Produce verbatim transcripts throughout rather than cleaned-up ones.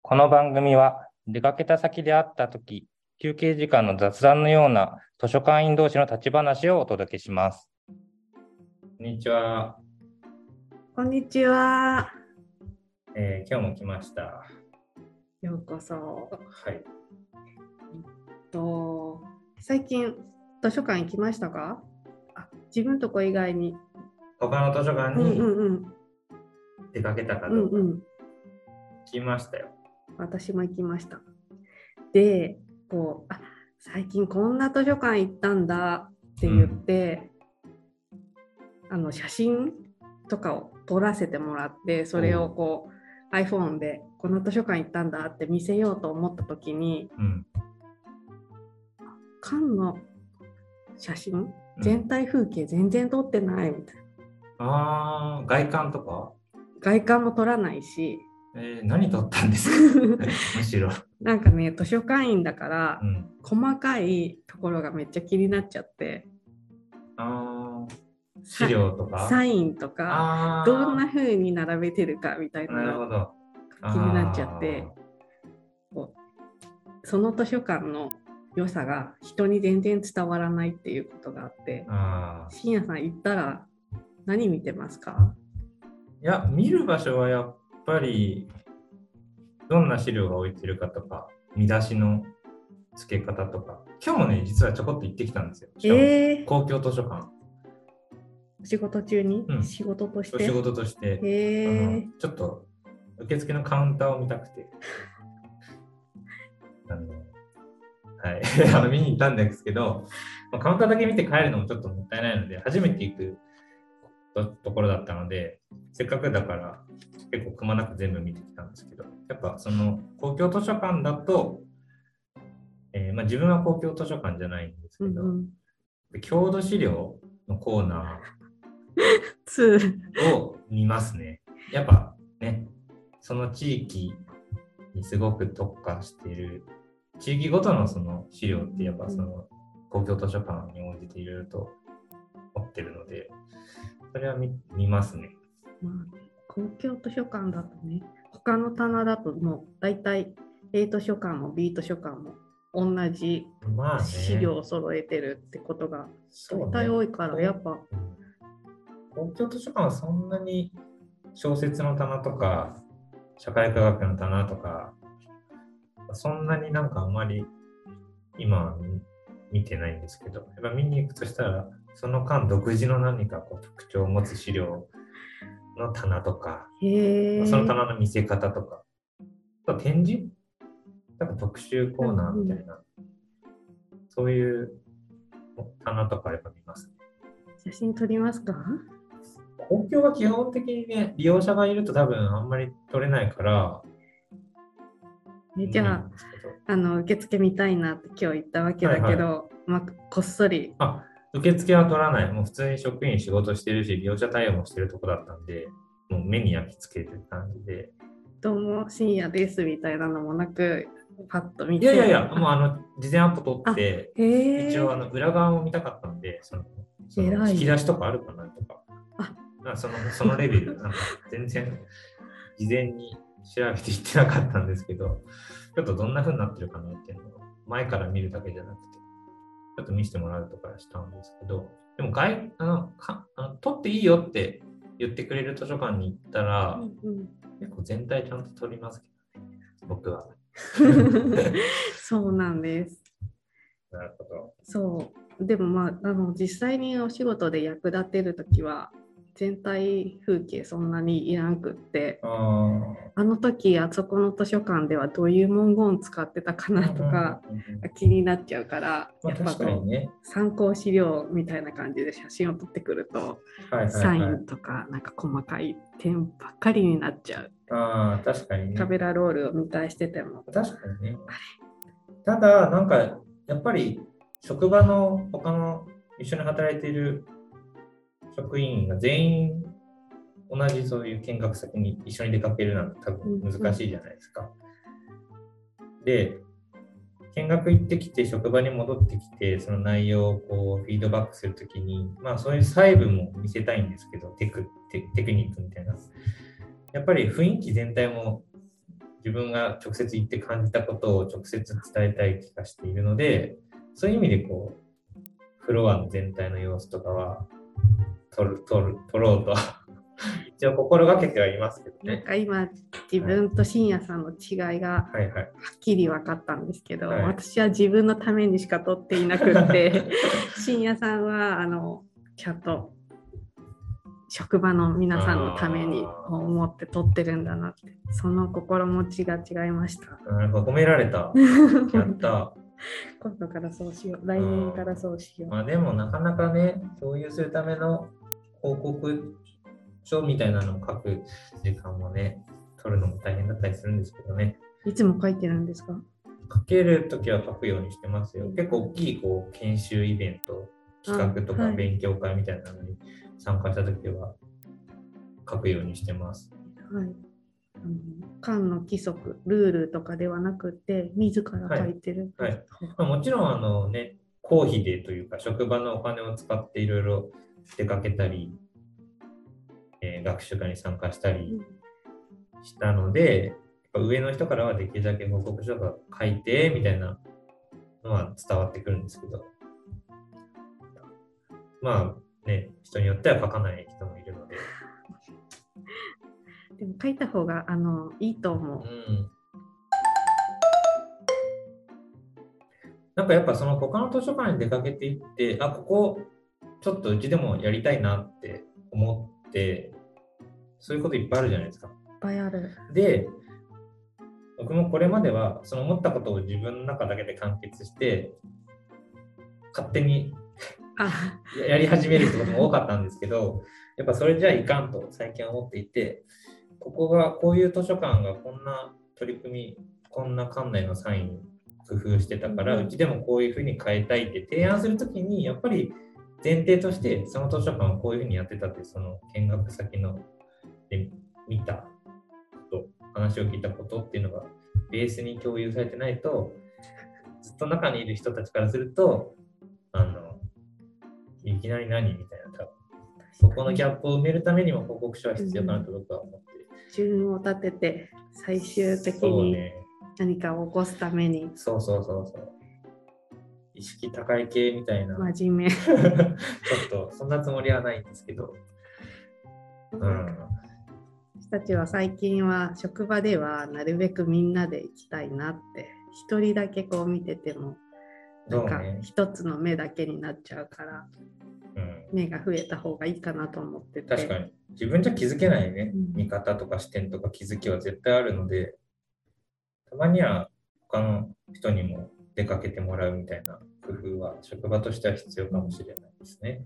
この番組は出かけた先で会ったとき、休憩時間の雑談のような図書館員同士の立ち話をお届けします。こんにちは。 こんにちは、 えー、今日も来ました。 ようこそ。 はい。えっと最近図書館行きましたか？あ、自分とこ以外に他の図書館に出かけたかどうか、 うんうん、 行きましたよ。 私も行きました。で、こうあ最近こんな図書館行ったんだって言って、うん、あの写真とかを撮らせてもらって、それをこう iPhone でこの図書館行ったんだって見せようと思った時に、うん、館の写真、全体風景全然撮ってないみたいな。 あー、外観とか？ 外観も撮らないし、 えー、何撮ったんですか？むしろなんかね、図書館員だから、うん、細かいところがめっちゃ気になっちゃって、 あー、資料とかサインとかどんな風に並べてるかみたいなのが気になっちゃって、その図書館の良さが人に全然伝わらないっていうことがあって、深夜さん行ったら何見てますか？ いや、見る場所はやっぱりどんな資料が置いてるかとか、見出しの付け方とか、今日もね、実はちょこっと行ってきたんですよ。しかも、えー、公共図書館。 仕事中に、 うん、 仕事として仕事として、 えー、 あのちょっと受付のカウンターを見たくて、あのはい、あの見に行ったんですけど、カウンターだけ見て帰るのもちょっともったいないので、初めて行くところだったので、せっかくだから結構くまなく全部見てきたんですけど、やっぱその公共図書館だと、えーまあ、自分は公共図書館じゃないんですけど、うんうん、郷土資料のコーナーを見ますね。やっぱね、その地域にすごく特化している、地域ごとのその資料ってやっぱその公共図書館に応じていろいろと持ってるので、それは 見, 見ますね。 まあ、公共図書館だとね、他の棚だともう大体 A 図書館も B 図書館も同じ資料を揃えてるってことが大体多いから、やっぱ公共図書館はそんなに小説の棚とか社会科学の棚とかそんなになんかあんまり今見てないんですけど、やっぱ見に行くとしたらその間独自の何かこう特徴を持つ資料の棚とか、その棚の見せ方とか、あと展示なんか特集コーナーみたいな、うん、そういう棚とかやっぱ見ますね。 写真撮りますか？ 公共は基本的にね、利用者がいると多分あんまり撮れないから、 えじゃあ、あの受付見たいなって今日言ったわけだけど、はいはい、まあ、こっそり。 あ、受付は取らない。もう普通に職員仕事してるし、利用者対応もしてるとこだったんで、もう目に焼き付けてる感じで。 どうも深夜ですみたいなのもなく、パッと見て。 いやいやいや、もうあの事前アポ取って、一応あの裏側も見たかったんで、そのその引き出しとかあるかなとか、あそのそのレベル、なんか全然事前に調べていってなかったんですけど、ちょっとどんな風になってるかなっていうのを前から見るだけじゃなくて、ちょっと見せてもらうとかしたんですけど、でも外あのかあの取っていいよって言ってくれる図書館に行ったら、うんうん、結構全体ちゃんと取りますけどね、僕は。 そうなんです。 なるほど。 そうでもまあ、あの実際にお仕事で役立てるときは全体風景そんなにいらんくって、あ, あの時あそこの図書館ではどういう文言使ってたかなとか気になっちゃうから、 まあ、やっぱこう、ね、 参考資料みたいな感じで写真を撮ってくると、はいはいはい、サインとかなんか細かい点ばっかりになっちゃう。 あ確かにね。 カメラロールを見返してても。 確かにね。ただなんかやっぱり職場の他の一緒に働いている職員が全員同じそういう見学先に一緒に出かけるなんて多分難しいじゃないですか。うんうん、で、見学行ってきて職場に戻ってきてその内容をこうフィードバックするときに、まあそういう細部も見せたいんですけど、テク、テクニックみたいな。やっぱり雰囲気全体も自分が直接言って感じたことを直接伝えたい気がしているので、そういう意味でこうフロアの全体の様子とかは撮る撮る撮ろうと一応心がけてはいますけどね。 なんか今自分と信也さんの違いがはいはいはっきり分かったんですけど、 はい私は自分のためにしか撮っていなくって信也さんはあのちゃんと職場の皆さんのために思って撮ってるんだなって、その心持ちが違いました。 なんか褒められた。やった。 今度からそうしよう。来年からそうしよう。 まあでもなかなかね、共有するための報告書みたいなのを書く時間もね、取るのも大変だったりするんですけどね。 いつも書いてるんですか？ 書けるときは書くようにしてますよ。結構大きいこう研修イベント、企画とか勉強会みたいなのに参加したときは書くようにしてます。 はい。あの館の規則、ルールとかではなくて、自ら書いてる。 はい。はい、まあ、もちろんあのね、公費でというか、職場のお金を使っていろいろ出かけたり、えー、学習会に参加したりしたので、うん、上の人からはできるだけ報告書が書いてみたいなのは伝わってくるんですけど、まあね、人によっては書かない人もいるので。 でも書いた方があのいいと思う。うん、 なんかやっぱその他の図書館に出かけていって、あ、ここちょっとうちでもやりたいなって思って、そういうこといっぱいあるじゃないですか。いっぱいある。 で、僕もこれまではその思ったことを自分の中だけで完結して、勝手にやり始めるってことも多かったんですけど、やっぱそれじゃいかんと最近思っていて、ここがこういう図書館がこんな取り組み、こんな館内のサイン工夫してたから、うん、うちでもこういうふうに変えたいって提案するときに、やっぱり前提としてその図書館はこういうふうにやってたって、その見学先ので見たこと、話を聞いたことっていうのがベースに共有されてないと、ずっと中にいる人たちからすると、あのいきなり何みたいな、多分そこのギャップを埋めるためにも報告書は必要かなと僕は思って、 うん、順を立てて最終的に何かを起こすために、 そうそうそうそう、意識高い系みたいな、 真面目ちょっとそんなつもりはないんですけど、うん、 私たちは最近は職場ではなるべくみんなで行きたいなって、一人だけこう見ててもなんか一つの目だけになっちゃうから、うん、目が増えた方がいいかなと思ってて。 確かに自分じゃ気づけないね、うん、見方とか視点とか気づきは絶対あるので、たまには他の人にも出かけてもらうみたいな工夫は職場としては必要かもしれないですね。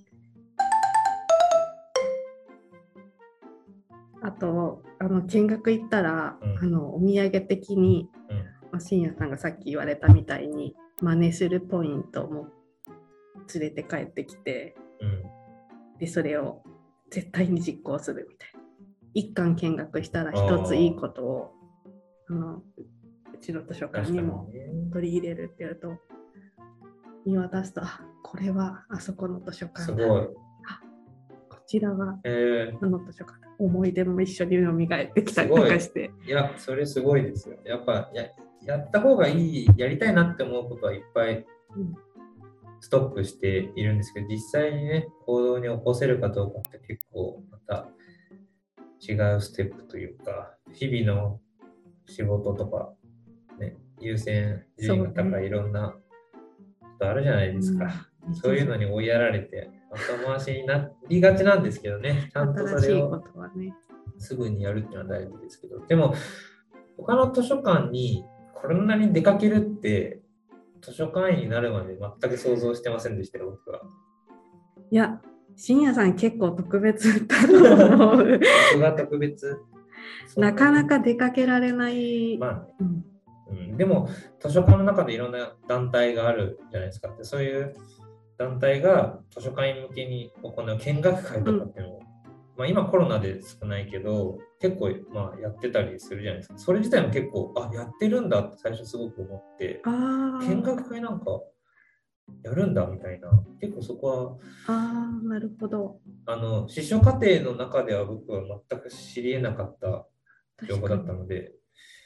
あとあの見学行ったら、うん、あのお土産的に、うん、信也さんがさっき言われたみたいに真似するポイントも連れて帰ってきて、うん、でそれを絶対に実行するみたいな。一貫見学したら一ついいことをあのうちの図書館にも取り入れるっていうと、見渡すと、あ、これはあそこの図書館だ、 すごい、 あ、こちらはあの図書館だ、えー、思い出も一緒に蘇ってきたりとかして。 いや、それすごいですよ。やっぱ や, やった方がいい、やりたいなって思うことはいっぱいストックしているんですけど、実際にね、行動に起こせるかどうかって結構また違うステップというか、日々の仕事とか、ね、優先順位が高いいろんなことあるじゃないですか。そう、ね、そういうのに追いやられて後回しになりがちなんですけどね、ちゃんとそれをすぐにやるっていうのは大事ですけど、でも他の図書館にこんなに出かけるって図書館員になるまで全く想像してませんでしたよ、僕は。 いや、信也さん結構特別だと思う。 僕が特別。 なかなか出かけられない。 まあね、うんうん、でも図書館の中でいろんな団体があるじゃないですか。でそういう団体が図書館員向けに行う見学会とかっていうのを、うん、まあ、今コロナで少ないけど結構まあやってたりするじゃないですか。それ自体も結構あやってるんだって最初すごく思って、見学会なんかやるんだみたいな、結構そこはあー、なるほど。 あの司書課程の中では僕は全く知り得なかった情報だったので、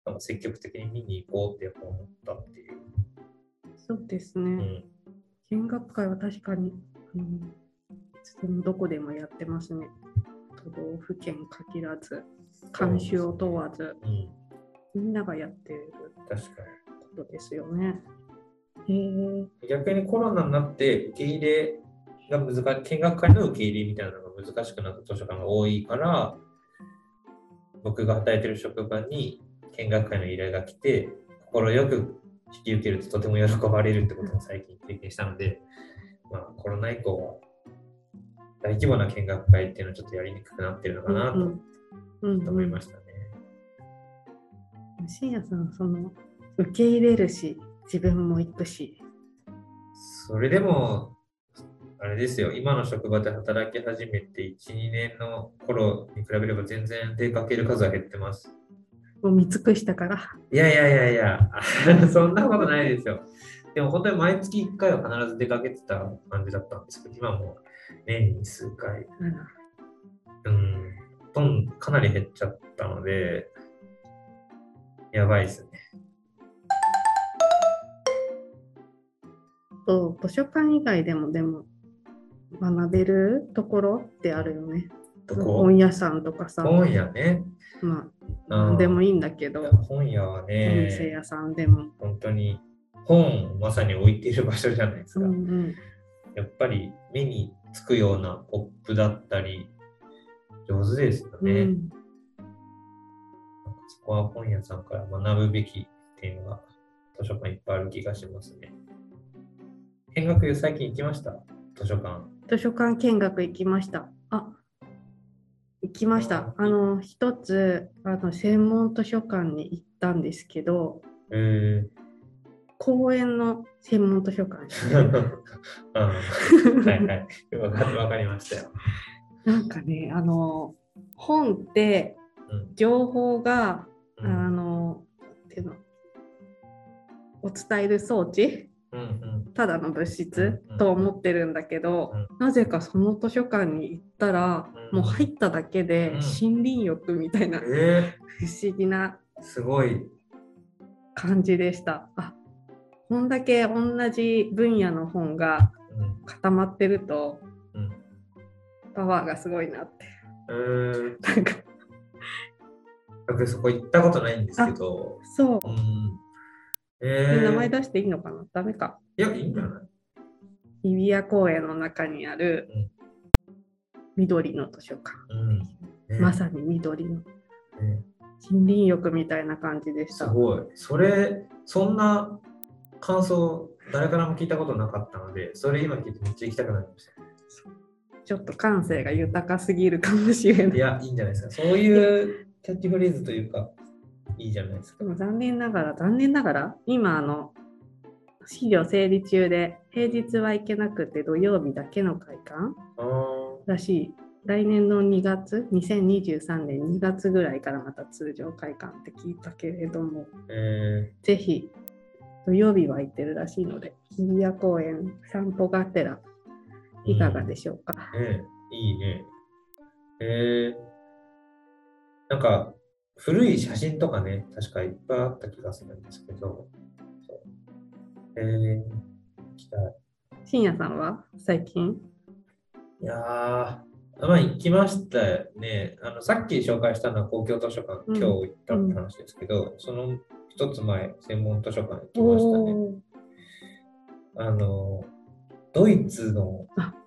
なんか積極的に見に行こうってやっぱ思ったっていう。 そうですね。 うん、 見学会は確かに、うん、いつでもどこでもやってますね。都道府県限らず、慣習を問わず、 うん、 みんながやっている確かことですよね。へえ。 に。逆にコロナになって受け入れが難しい、見学会の受け入れみたいなのが難しくなった図書館が多いから、僕が働いてる職場に見学会の依頼が来て、快く引き受けるととても喜ばれるってことも最近経験したので、まあ、コロナ以降は大規模な見学会っていうのはちょっとやりにくくなってるのかなと思いましたね。 深夜さん、その受け入れるし、自分も行くし。 それでも、あれですよ、今の職場で働き始めていち、にねんの頃に比べれば全然出かける数は減ってます。 もう見尽くしたから。 いやいやいやいや、そんなことないですよ。でも本当に毎月いっかいは必ず出かけてた感じだったんですけど、今も年に数回、うん、どんかなり減っちゃったので、やばいですね。 と図書館以外でもでも学べるところってあるよね。 どこ？ 本屋さんとかさ。 本屋ね。 まあ、なんでもいいんだけど、 本屋はね、 お店屋さんでも。 本当に本をまさに置いている場所じゃないですか。 うんうん、 やっぱり目につくようなポップだったり、上手ですよね。うん、そこは本屋さんから学ぶべきっていうのが図書館いっぱいある気がしますね。見学最近行きました？図書館。 図書館見学行きました。あ、行きました。あの、一つ、あの、専門図書館に行ったんですけど、 えー、 公園の専門図書館はいはい。わか, わかりましたよ。 なんかね、あの、本って情報が、うん、あの、っていうの、を伝える装置、うんうん、ただの物質、うんうん、と思ってるんだけど、うん、なぜかその図書館に行ったら、うん、もう入っただけで森林浴みたいな、うん、不思議なすごい感じでした。あ、こんだけ同じ分野の本が固まってると、うん、パワーがすごいなって。 えー、なんか僕そこ行ったことないんですけど、 そう。 うんえー、名前出していいのかな？ダメか。 いや、いいんじゃない？ 日比谷公園の中にある緑の図書館。うんね、まさに緑の、ね。森林浴みたいな感じでした。 すごい。それ、そんな感想、誰からも聞いたことなかったので、それ今聞いてめっちゃ行きたくなりました。 ちょっと感性が豊かすぎるかもしれない。 いや、いいんじゃないですか。そういうキャッチフレーズというか、いいじゃないですか。 でも残念ながら、残念ながら、今、あの、資料整理中で、平日は行けなくて土曜日だけの開館らしい。来年のにがつ、にせんにじゅうさんねんにがつぐらいからまた通常開館って聞いたけれども、えー、ぜひ土曜日は行ってるらしいので、日比谷公園散歩がてらいかがでしょうか。 うんね、いいね。えー、なんか古い写真とかね、確かいっぱいあった気がするんですけど、えー、行きたい。 深夜さんは最近？ いやー、まあ行きましたね。あのさっき紹介したのは公共図書館、うん、今日行ったって話ですけど、うん、その一つ前、専門図書館行きましたね。あの、ドイツの、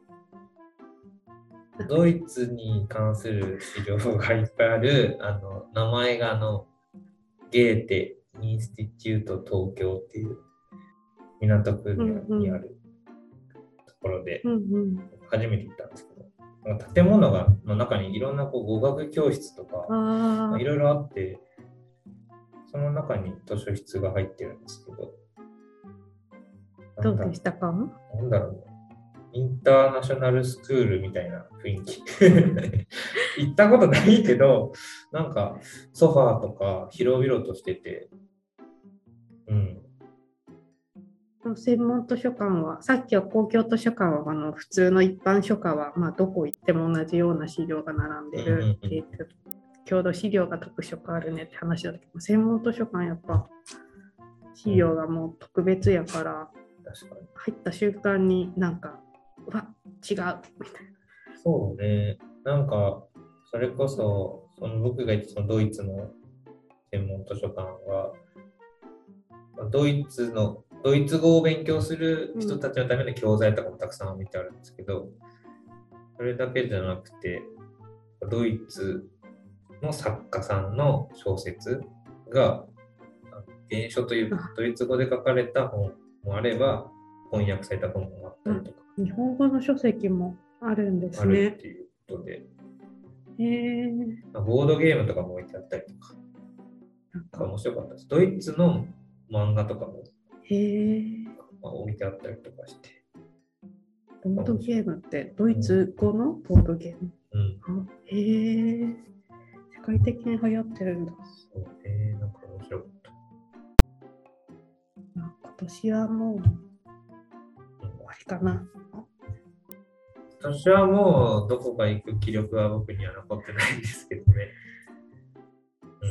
ドイツに関する資料がいっぱいある、あの名前があの、ゲーテ・インスティテュート東京っていう港区にあるところで、初めて行ったんですけど、建物がの中にいろんなこう語学教室とかいろいろあって、その中に図書室が入ってるんですけど、 どうでしたか？ なんだろうね、インターナショナルスクールみたいな雰囲気行ったことないけど、なんかソファーとか広々としてて、うん。 専門図書館は、さっきは公共図書館はあの普通の一般書館は、まあ、どこ行っても同じような資料が並んでるって言って郷土資料が特色あるねって話だったけど、専門図書館やっぱ資料がもう特別やから、 確かに。 入った瞬間になんか、うわ、違うみたいな。 そうね。なんか、それこそ、その僕が言ったそのドイツの専門図書館は、ドイツの、ドイツ語を勉強する人たちのための教材とかもたくさん見てあるんですけど、それだけじゃなくて、ドイツの作家さんの小説が、原書というドイツ語で書かれた本もあれば、翻訳された本もあったりとか。 日本語の書籍もあるんですあるねっ。ていうことで、 へえ。 ボードゲームとかも置いてあったりとか、 なんか面白かったです。ドイツの漫画とかも、 へえ。 まあ、置いてあったりとかして。 ボードゲームってドイツ語のボードゲーム、 うん。 あへえ。世界的に流行ってるんだ。 そうね、なんか面白かった。 あ今年はもう終わりかな。 私はもうどこか行く気力は僕には残ってないんですけどね。うん。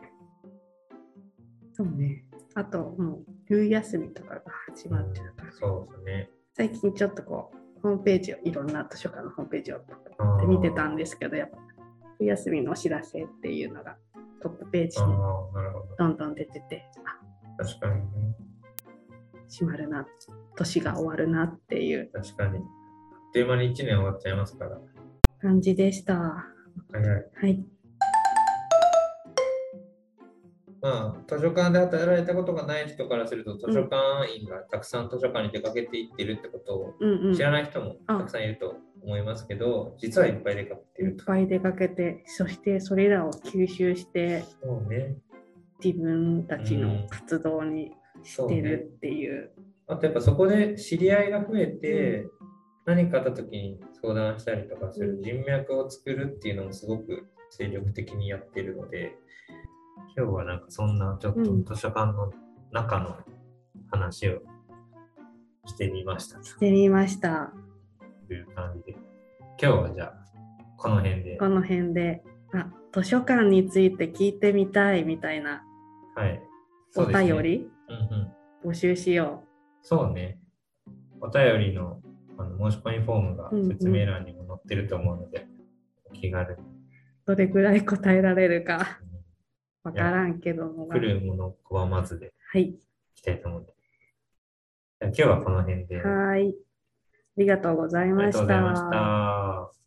そうね。あともう冬休みとかが始まってるから、 うん、そうですね。 最近ちょっとこうホームページをいろんな図書館のホームページをで見てたんですけど、やっぱ冬休みのお知らせっていうのがトップページにどんどん出てて、 あ、確かにね。 閉まるな、年が終わるなっていう確かに。あっという間にいちねん終わっちゃいますから。 感じでした。 早い。 はい。 まあ、図書館で働いたことがない人からすると、図書館員がたくさん図書館に出かけていってるってことを知らない人もたくさんいると思いますけど、うんうん、実はいっぱい出かけてると。 いっぱい出かけて、そしてそれらを吸収して、 そうね、 自分たちの活動にしてるっていう。 うん、そうね、あとやっぱそこで知り合いが増えて、うん、何かあった時に相談したりとかする人脈を作るっていうのもすごく精力的にやってるので、今日はなんかそんなちょっと図書館の中の話をしてみました、 うん、してみましたという感じで、今日はじゃあこの辺でこの辺であ図書館について聞いてみたいみたいな、 はい、 お便り、 うんうん、 募集しよう。そうね、お便りの、あの申し込みフォームが説明欄にも載ってると思うので、うんうん、お気軽にどれぐらい答えられるかわからんけども。 来るもの拒まずではい。 いきたいと思うので。今日はこの辺で。 はい。ありがとうございました。 ありがとうございました。